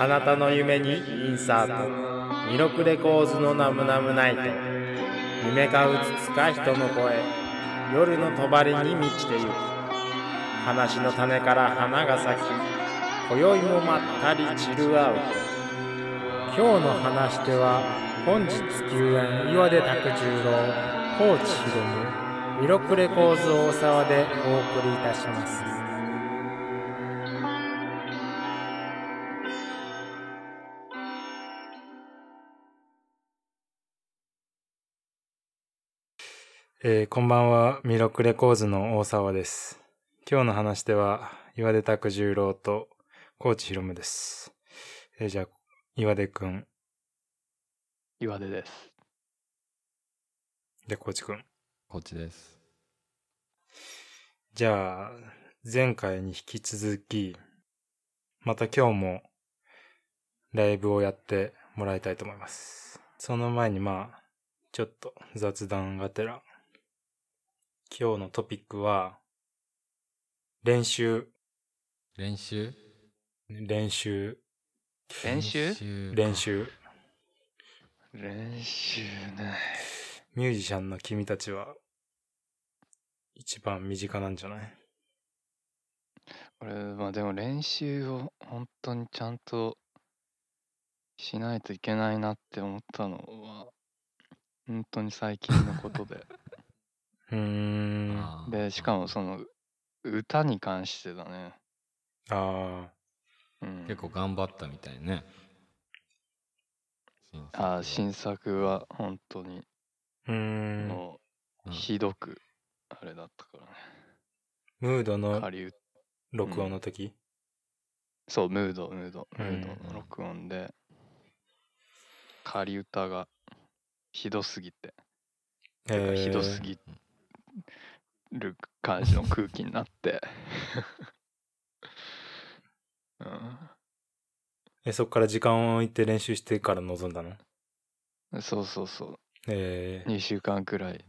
あなたの夢にインサートミロクレコーズのナムナムナイト。夢かうつつか人の声、夜の帳に満ちてゆく。話の種から花が咲き、今宵もまったりチルアウト。今日の話し手は本日休園岩出拓十郎、高知ひろむ、ミロクレコーズ大沢でお送りいたします。こんばんは、ミロクレコーズの大沢です。今日の話し手は岩出拓十郎と高知ひろむです。じゃあ岩出くん。 岩出です。 で高知くん。 こっちです。 じゃあ前回に引き続きまた今日もライブをやってもらいたいと思います。その前にちょっと雑談がてら、今日のトピックは練習練習ね。ミュージシャンの君たちは一番身近なんじゃない？ 俺でも練習を本当にちゃんとしないといけないなって思ったのは本当に最近のことででしかもその歌に関してだね。 結構頑張ったみたいね。 新作は本当にもうひどくあれだったからね。 ムードの録音の時、 そう、ムードの録音で仮歌がひどすぎて、ひどすぎる感じの空気になってそっから時間を置いて練習してから臨んだの？ そう。2週間くらい、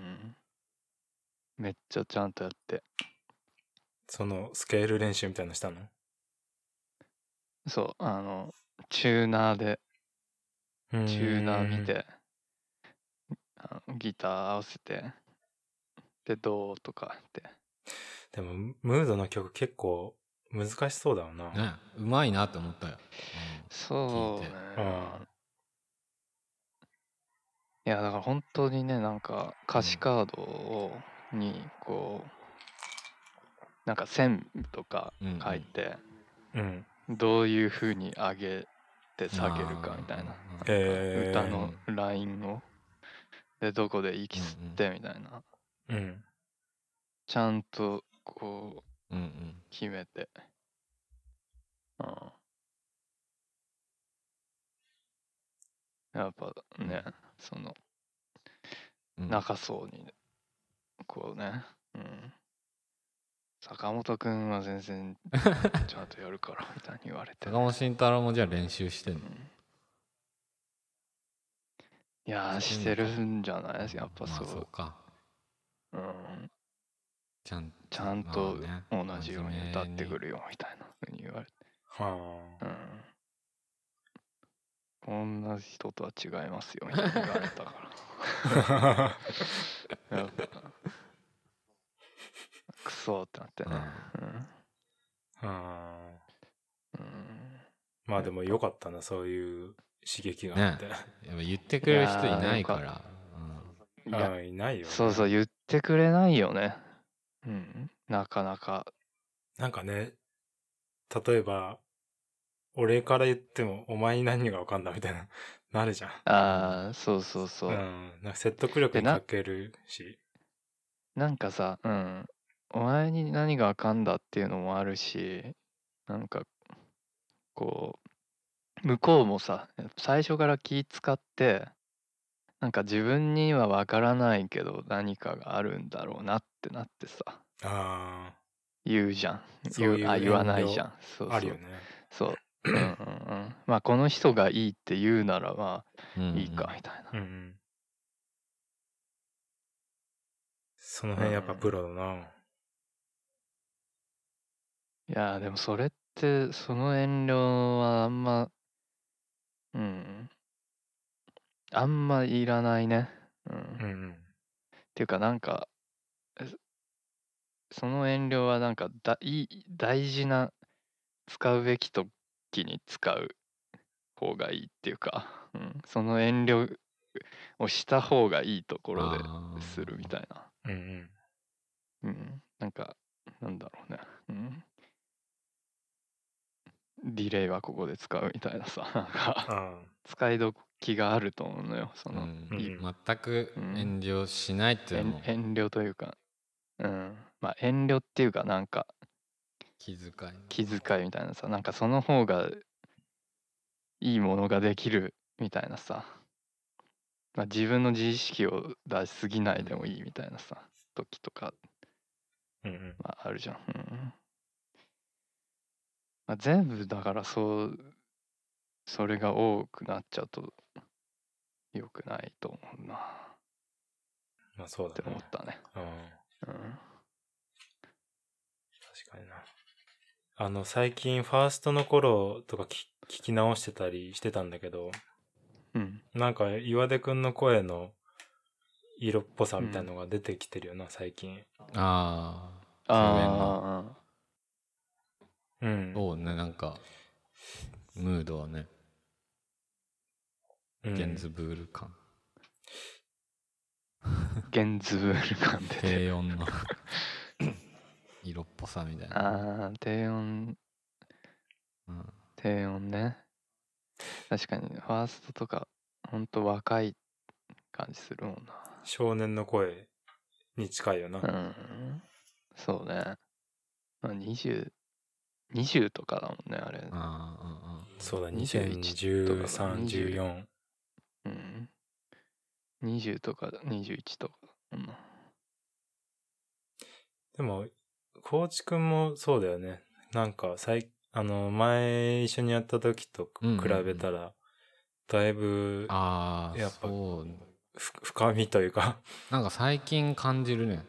めっちゃちゃんとやって。 そのスケール練習みたいなのしたの？ そう、チューナー見て、ギター合わせて、でドーとかって。でもムードの曲結構難しそうだよな。 ね、うまいなって思ったよ。 そうね。いやだから本当にね、なんか歌詞カードにこうなんか線とか書いて、どういう風に上げて下げるかみたいな、歌のラインをでどこで息吸ってみたいな、ちゃんとこう決めて、やっぱね、その中そうにこうね、坂本くんは全然ちゃんとやるからみたいに言われて、 坂本慎太郎もじゃあ練習してんの？ いやしてるんじゃないですか、やっぱそう。 そうか。 ちゃんと同じように歌ってくるよみたいなふうに言われて、こんな人とは違いますよみたいに言われたからやっぱクソってなってね。 でもよかったな、そういう刺激があって。 やっぱ言ってくれる人いないから。 いないよね。 そう言ってくれないよね。なかなか。 なんかね、例えば俺から言ってもお前に何が分かんだみたいななるじゃん。 そう。 なんか説得力に欠けるし。 なんかさ、お前に何が分かんだっていうのもあるし、なんかこう向こうもさ、最初から気使ってなんか自分には分からないけど何かがあるんだろうなってなってさ、言うじゃん。言わないじゃん。そうあるよね。 そう。まあこの人がいいって言うならまあいいかみたいな。 その辺やっぱプロだな。 いやでもそれっってその遠慮はあんまいらないね。っていうかなんかその遠慮はなんか大事な使うべき時に使う方がいいっていうか、その遠慮をした方がいいところでするみたいな。なんかなんだろうね。ディレイはここで使うみたいなさ、なんか使い時があると思うのよ。 全く遠慮しないっていうのも遠慮というか、まあ遠慮っていうかなんか気遣いみたいなさ、なんかその方がいいものができるみたいなさ、まあ、自分の自意識を出しすぎないでもいいみたいなさ、時とか、まあ、あるじゃん。まあ、全部だからそれが多くなっちゃうと良くないと思うな。 まあそうだね。 って思ったね。 確かにな。最近ファーストの頃とか聞き直してたりしてたんだけど、なんか岩出くんの声の色っぽさみたいなのが出てきてるよな、最近。 そうね、なんかムードはね、ゲンズブール感。 ゲンズブール感で低音の色っぽさみたいな。 低音ね。確かにファーストとかほんと若い感じするもんな。 少年の声に近いよな。 そうね。20とかだもんね、あれ。 そうだ、2013、14。 20とか21とか。 でも、コーチくんもそうだよね。なんか前一緒にやった時と比べたら、だいぶ、やっぱ、深みというか。 なんか最近感じるね。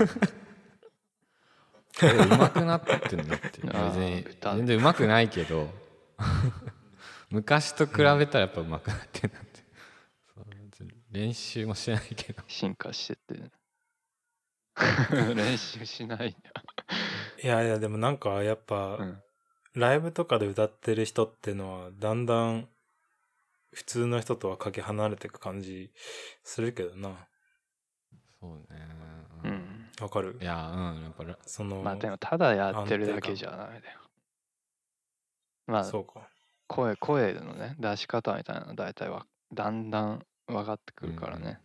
上手くなってんだって。全然上手くないけど、昔と比べたらやっぱ上手くなってんだって。練習もしてないけど。 進化してて。練習しない。 いや、でもなんかやっぱ、ライブとかで歌ってる人ってのは、だんだん普通の人とはかけ離れていく感じするけどな。 そうね。 わかる？ いや、やっぱまあでもただやってるだけじゃダメだよ。まあ、 そうか。 声のね、出し方みたいなの大体だんだん分かってくるからね。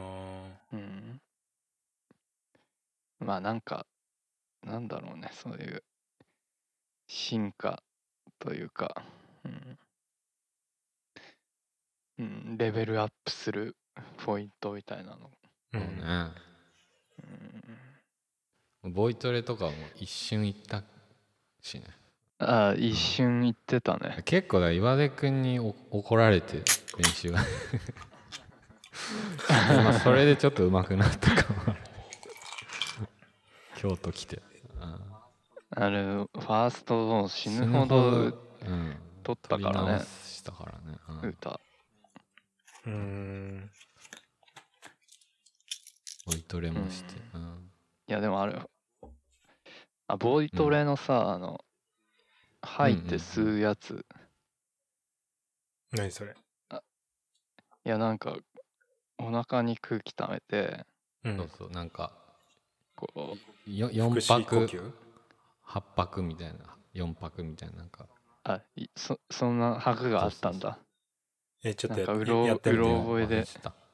まあなんか、なんだろうね、そういう進化というか、レベルアップするポイントみたいなの。 そうね。ボイトレとかも一瞬行ったしね。 一瞬行ってたね。 結構岩出くんに怒られて練習がそれでちょっと上手くなったかも。京都来て。 ファーストも死ぬほど撮ったからね。 したからね。 歌。 ボイトレもして。 いやでもボイトレのさ、吐いて吸うやつ。 何それ？ いやなんかお腹に空気溜めて、 そうなんかこう 4拍8拍みたいな4拍みたいななんかそんな拍があったんだ。 ちょっとやってみて。うろ覚えで。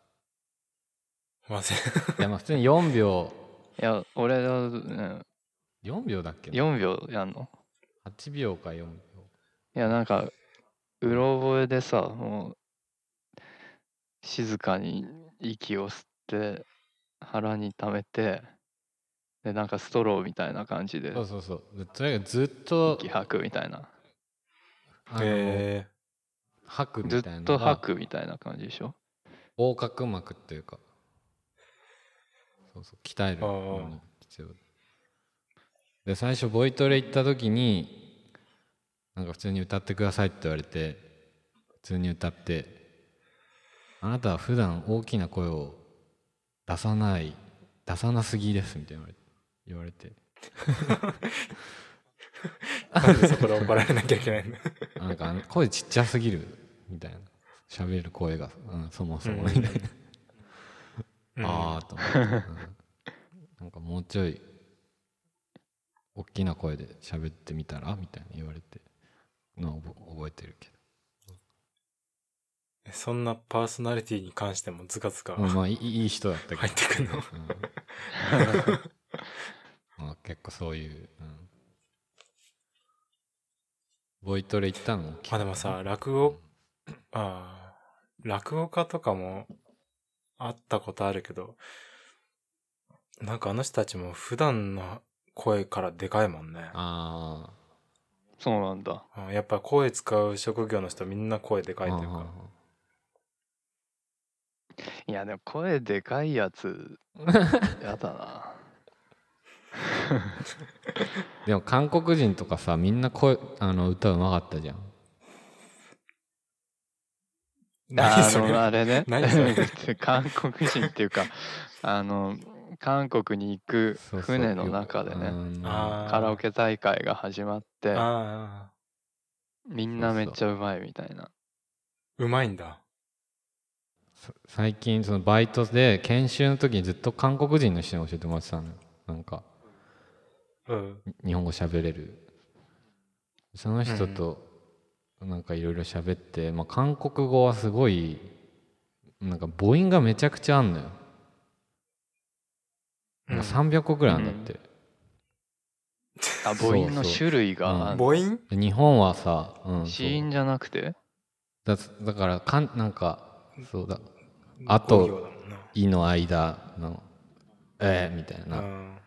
いやまあ普通に4秒。 いや俺の 4秒だっけ ？4秒やんの ？8秒か4秒。 いやなんかうろ覚えでさ、もう静かに息を吸って腹に溜めて、でなんかストローみたいな感じで、 そうとにかくずっと息吐くみたいな。 吐くみたいな。 ずっと吐くみたいな感じでしょ。 横隔膜っていうか、鍛えるのに必要で、最初ボイトレ行った時になんか普通に歌ってくださいって言われて普通に歌って、あなたは普段大きな声を出さなすぎですみたいな言われてなんでそこで怒られなきゃいけないんだなんか声ちっちゃすぎるみたいな、喋る声が、そもそもみたいな、ああと思って、なんかもうちょい大きな声で喋ってみたらみたいな言われてのを覚えてるけど、 そんなパーソナリティに関してもズカズカ、 まあいい人だったけど入ってくるの、 まあ結構そういう、ボイトレ行ったの？ まあでもさ、落語家とかも会ったことあるけど、なんかあの人たちも普段の声からでかいもんね。 ああ、そうなんだ。 やっぱ声使う職業の人みんな声でかいというか。 いやでも声でかいやつやだな。 でも韓国人とかさ、みんな声歌うまかったじゃん。 あれね韓国人っていうか韓国に行く船の中でね、カラオケ大会が始まって、みんなめっちゃうまいみたいな。 うまいんだ。 最近そのバイトで研修の時にずっと韓国人の人に教えてもらってたのよ。なんか、日本語喋れるその人となんかいろいろ喋って、まあ、韓国語はすごいなんか母音がめちゃくちゃあんのよ。300個ぐらいあんだって、 母音の種類が、 母音？ 日本はさ、 子音じゃなくてだからなんかそうだ、あといの間のみたいな、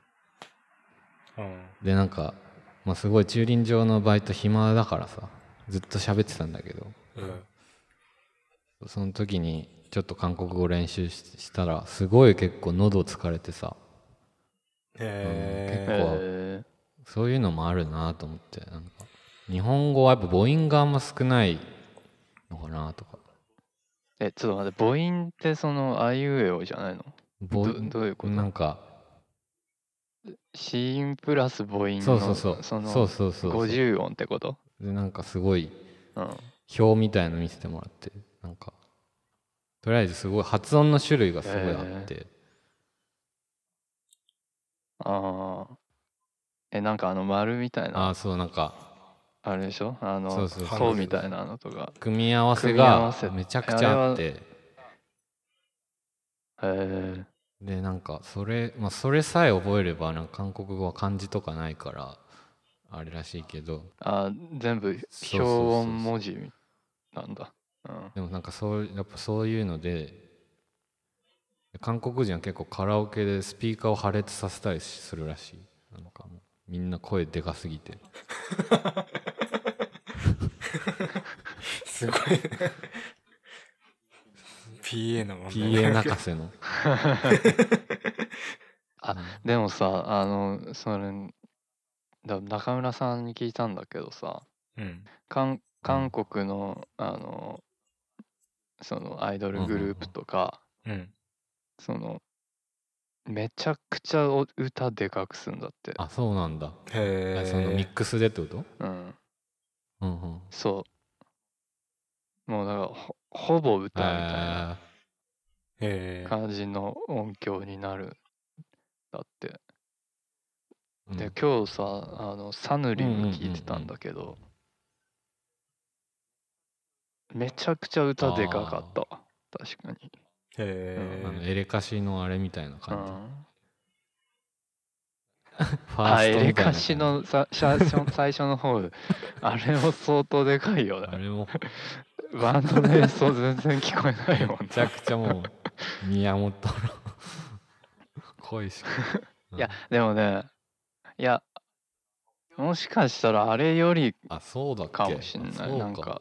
でなんか、まあ、すごい駐輪場のバイト暇だからさずっと喋ってたんだけど、その時にちょっと韓国語練習したらすごい結構喉疲れてさ、結構そういうのもあるなと思って、なんか日本語はやっぱ母音があんま少ないのかなとか。 ちょっと待って、母音ってそのあいうえおじゃないの？どういうこと？ なんか子音プラス母音のそう 50音ってこと？ でなんかすごい表みたいの見せてもらって、なんかとりあえずすごい発音の種類がすごいあって、 なんか丸みたいな、 そうなんかあれでしょ、そうみたいなのとか組み合わせがめちゃくちゃあって、でなんかそれさえ覚えればなんか韓国語は漢字とかないからあれらしいけど、 全部表音文字なんだ。 でもなんかやっぱそういうので韓国人は結構カラオケでスピーカーを破裂させたりするらしい。なんかもうみんな声でかすぎてすごいPA の問題、 PA 泣かせのでもさそれ中村さんに聞いたんだけどさ、韓国のそのアイドルグループとか、そのめちゃくちゃ歌でかくすんだって。 そうなんだ。へえ。そのミックスでってこと？ そうもうだからほぼ歌みたいな感じの音響になるんだって。で今日さサヌリンを聞いてたんだけど、めちゃくちゃ歌でかかったわ。確かに。 エレカシのあれみたいな感じ。 エレカシの最初の方あれも相当でかいよね。 あれもバンドの演奏全然聞こえないもん。 めちゃくちゃもう宮本の声しかいやでもね、いやもしかしたらあれよりかもしんない。なんか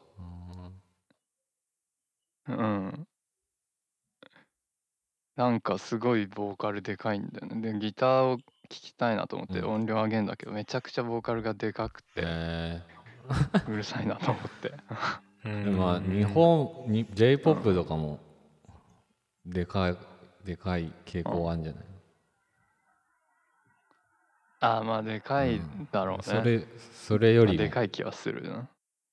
なんかすごいボーカルでかいんだよね。でギターを聴きたいなと思って音量上げんだけど、めちゃくちゃボーカルがでかくて、 うるさいなと思ってまあ日本に J-POP とかもでかい傾向あるんじゃない？ ああ、まあでかいだろうね。それよりもでかい気はするな。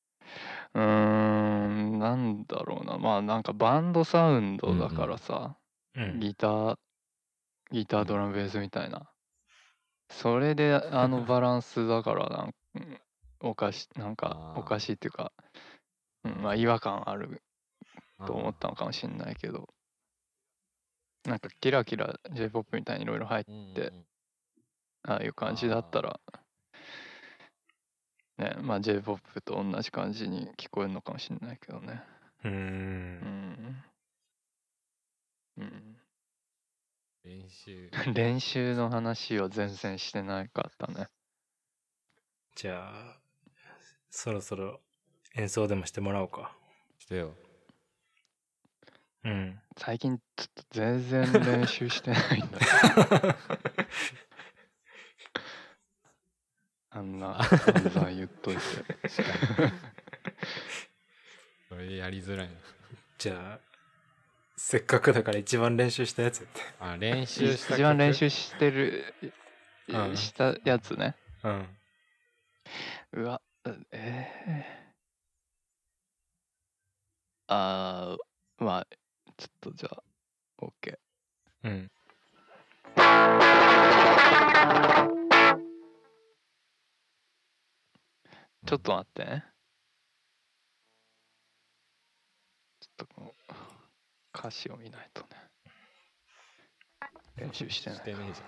なんだろうな。まあなんかバンドサウンドだからさ、ギタードラムベースみたいな。それでバランスだからおかしいっていうか、まあ違和感あると思ったのかもしれないけど、なんかキラキラ J-POP みたいにいろいろ入って、ああいう感じだったらね、まあ J-POP と同じ感じに聞こえるのかもしれないけどね。練習の話は全然してなかったね。 じゃあそろそろ演奏でもしてもらおうか。 してよ。 最近ちょっと全然練習してないんだあんな散々言っといてそれやりづらいな。 じゃあせっかくだから一番練習したやつやって。 練習した一番練習したやつね。うわ、まあちょっとじゃあ OK。ちょっと待ってね。ちょっとこの歌詞を見ないとね。練習してない。してねえじ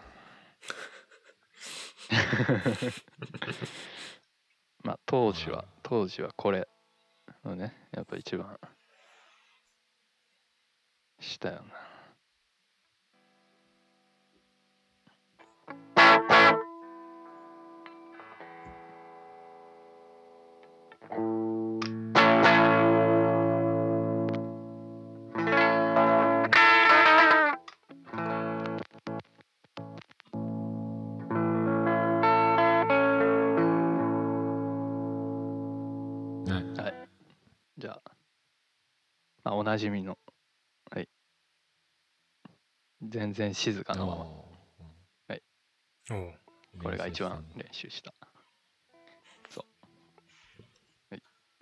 ゃん。まあ当時はこれのね、やっぱ一番したよな。じゃあ、おなじみの、はい。全然静かなまま。はい。これが一番練習した。そう。はい。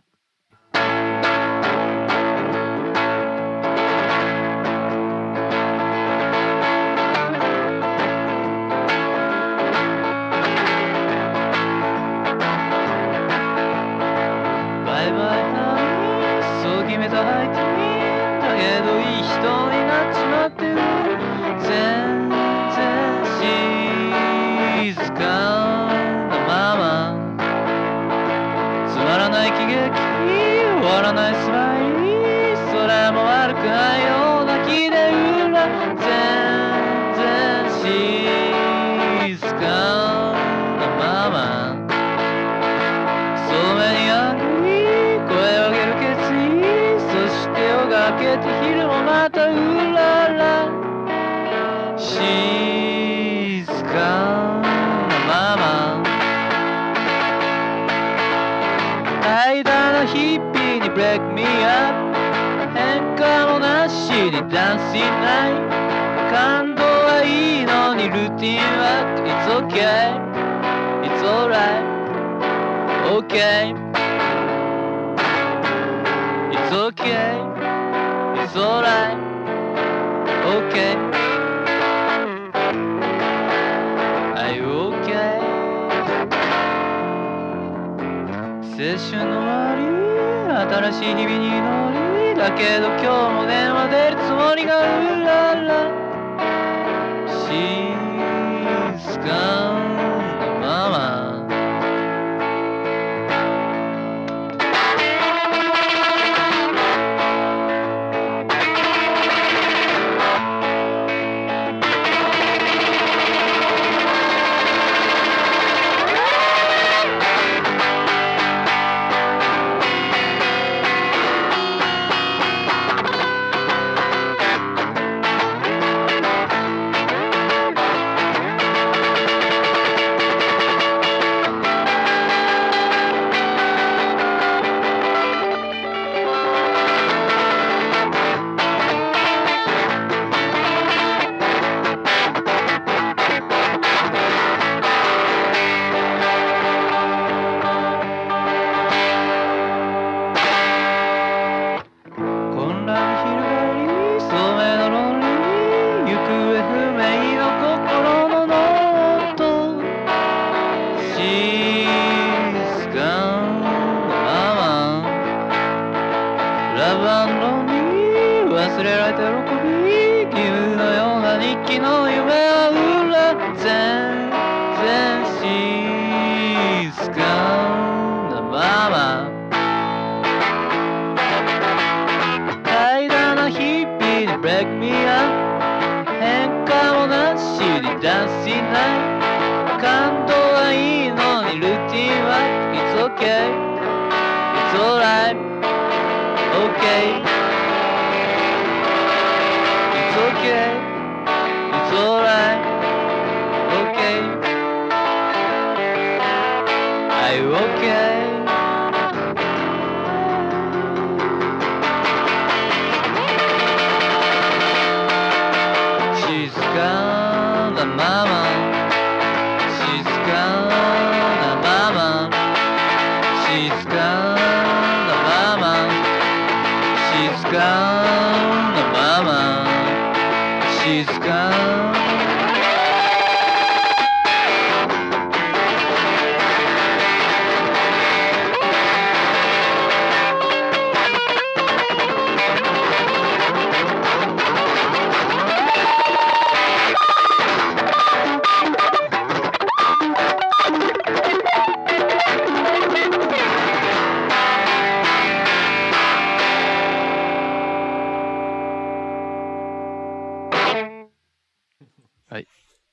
バイバイそう決めた相手だけどいい人になっちまってる。全然静かなままつまらない喜劇終わらないスマイルそれも悪くないような気でうら全然静かなままそうめんや声を上げる決意そして夜が明けて昼もまたうらら静かなまま間の日々に break me up 変化もなしにダンスしない感動はいいのにルーティンは It's okay It's alright Okay It's okay It's alright Okay Are you okay 青春の終わり新しい日々に祈りだけど今日も電話出るつもりがうらら静かなまま行方不明の心のノート静かなままラブ&に忘れられた喜び君のような日記の夢は裏全然静かなまま怠惰な日々に break me up 変化もなしにダンスしない感動はいいのにルーティンは It's okay It's alright Okay It's okay It's alright Okay I'm okay静かなまま静かなまま静かなまま静かなまま静かはい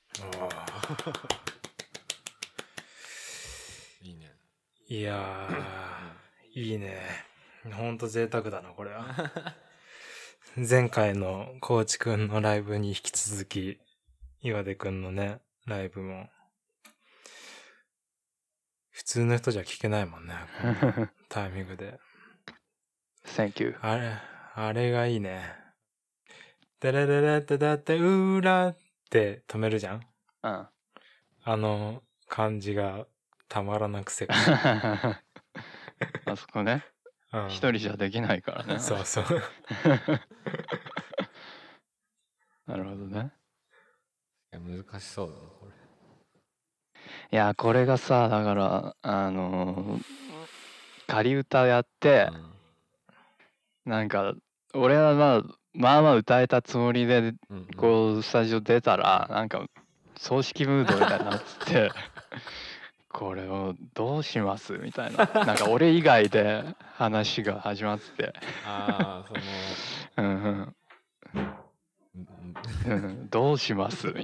いいね。 いやー、いいね。ほんと贅沢だな、これは。前回のコーチくんのライブに引き続き、岩出くんのね、ライブも。普通の人じゃ聞けないもんね、このタイミングで。 Thank you あれがいいね。テレレレテダテウーラって止めるじゃん。 うんあの感じがたまらなくセクシあそこねー。 一人じゃできないからねそうそう。 なるほどねいや難しそうだなこれ。 いやこれがさだから仮歌やって、なんか俺はまあ歌えたつもりでこうスタジオ出たらなんか葬式ムードみたいになってこれをどうしますみたいななんか俺以外で話が始まっててああそのうんうんどうしますみたい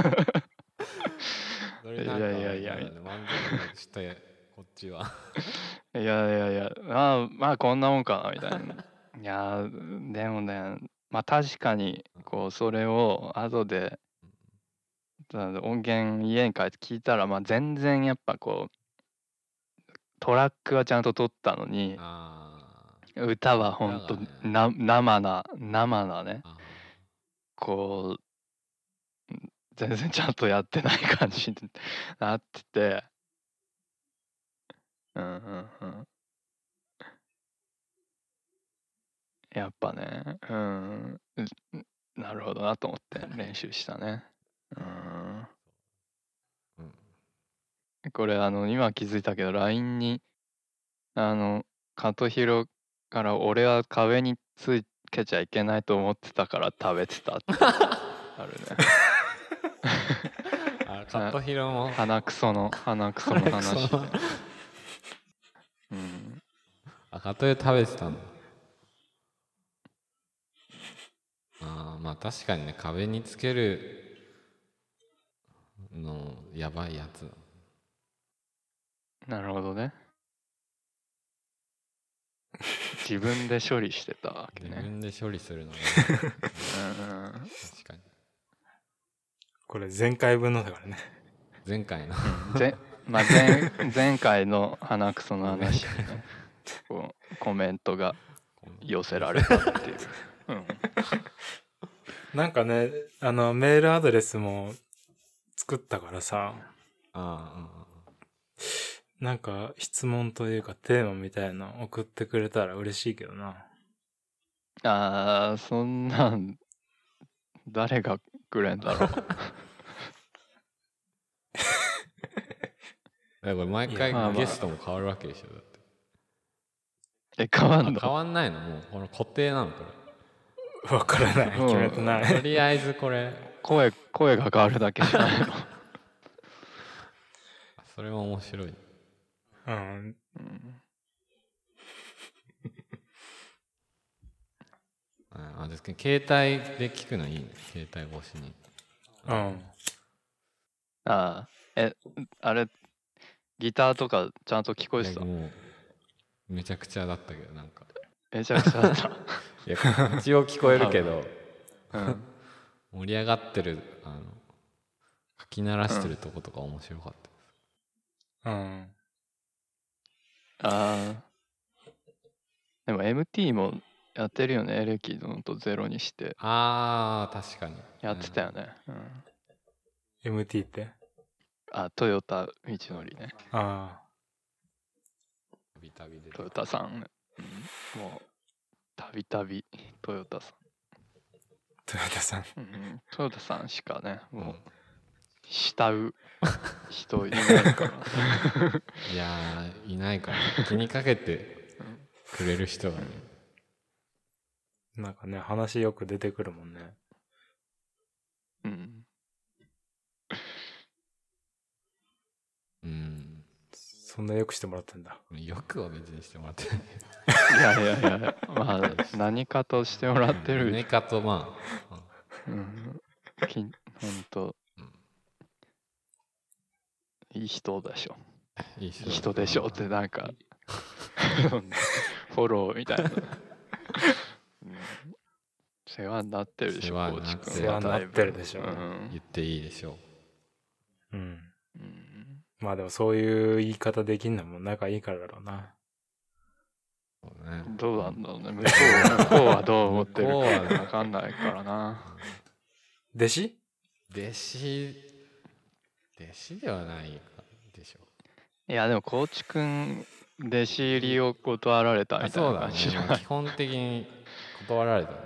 ないやいや満足してこっちはいやまあこんなもんかなみたいないやでもねまあ確かにこうそれを後で音源家に帰って聞いたらまあ全然やっぱこうトラックはちゃんと取ったのに歌はほんと生なねこう全然ちゃんとやってない感じになっててやっぱねなるほどなと思って練習したねこれ今気づいたけど LINE にカトヒロから俺は壁につけちゃいけないと思ってたから食べてたってあるねカトヒロも鼻くその話カトヒロ食べてたのまあ確かにね壁につけるのやばいやつなるほどね自分で処理してたわけね自分で処理するのね確かにこれ前回分のだからね前回のまあ前回の鼻くその話にねこうコメントが寄せられたっていうなんかねメールアドレスも作ったからさなんか質問というかテーマみたいなの送ってくれたら嬉しいけどな。 そんなん誰がくれんだろう。 これ毎回ゲストも変わるわけでしょ。だって変わんの？ 変わんないの？もうこの固定なのこれ？わからない、決めてない。 とりあえずこれ声が変わるだけじゃないの？ それは面白い。 うん。 ですけど携帯で聞くのいいね。携帯越しに。 うん。 あれギターとかちゃんと聞こえてた？ もうめちゃくちゃだったけどなんか。 めちゃくちゃだった。 いや一応聞こえるけど、盛り上がってるかき鳴らしてるとことか面白かった。 でも MT もやってるよね。エレキのとゼロにして。 確かにやってたよね。 MT って？ トヨタ道のりね。トヨタさん、もうたびたびトヨタさん。 トヨタさんしかね、もう慕う人いないから。 いやいないから、気にかけてくれる人がね。 なんかね、話よく出てくるもんね。そんなよくしてもらったんだ。 よくは別にしてもらってない。 いや、まあ何かとしてもらってる。 何かとまあ。 ほんと。いい人でしょ。いい人でしょってなんかフォローみたいな。世話になってるでしょ。 世話になってるでしょ。 言っていいでしょう。まあでもそういう言い方できんのも仲いいからだろうな。 そうね。 どうなんだろうね。向こうはどう思ってるかわかんないからな。 弟子ではないでしょ。 いやでもコーチくん弟子入りを断られたみたいな感じじゃない？ そうだね。基本的に断られたね。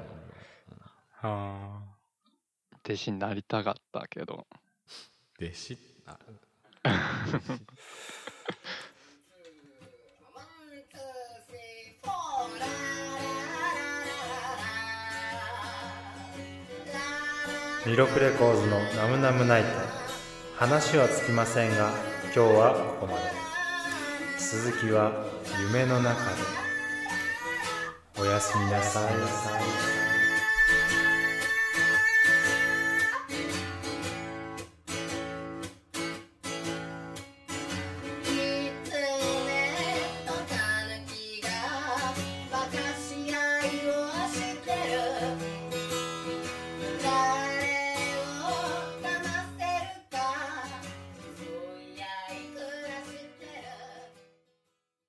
弟子になりたかったけど。 弟子ミロクレコーズのナムナムナイト。話はつきませんが、今日はここまで。続きは夢の中で。おやすみなさい。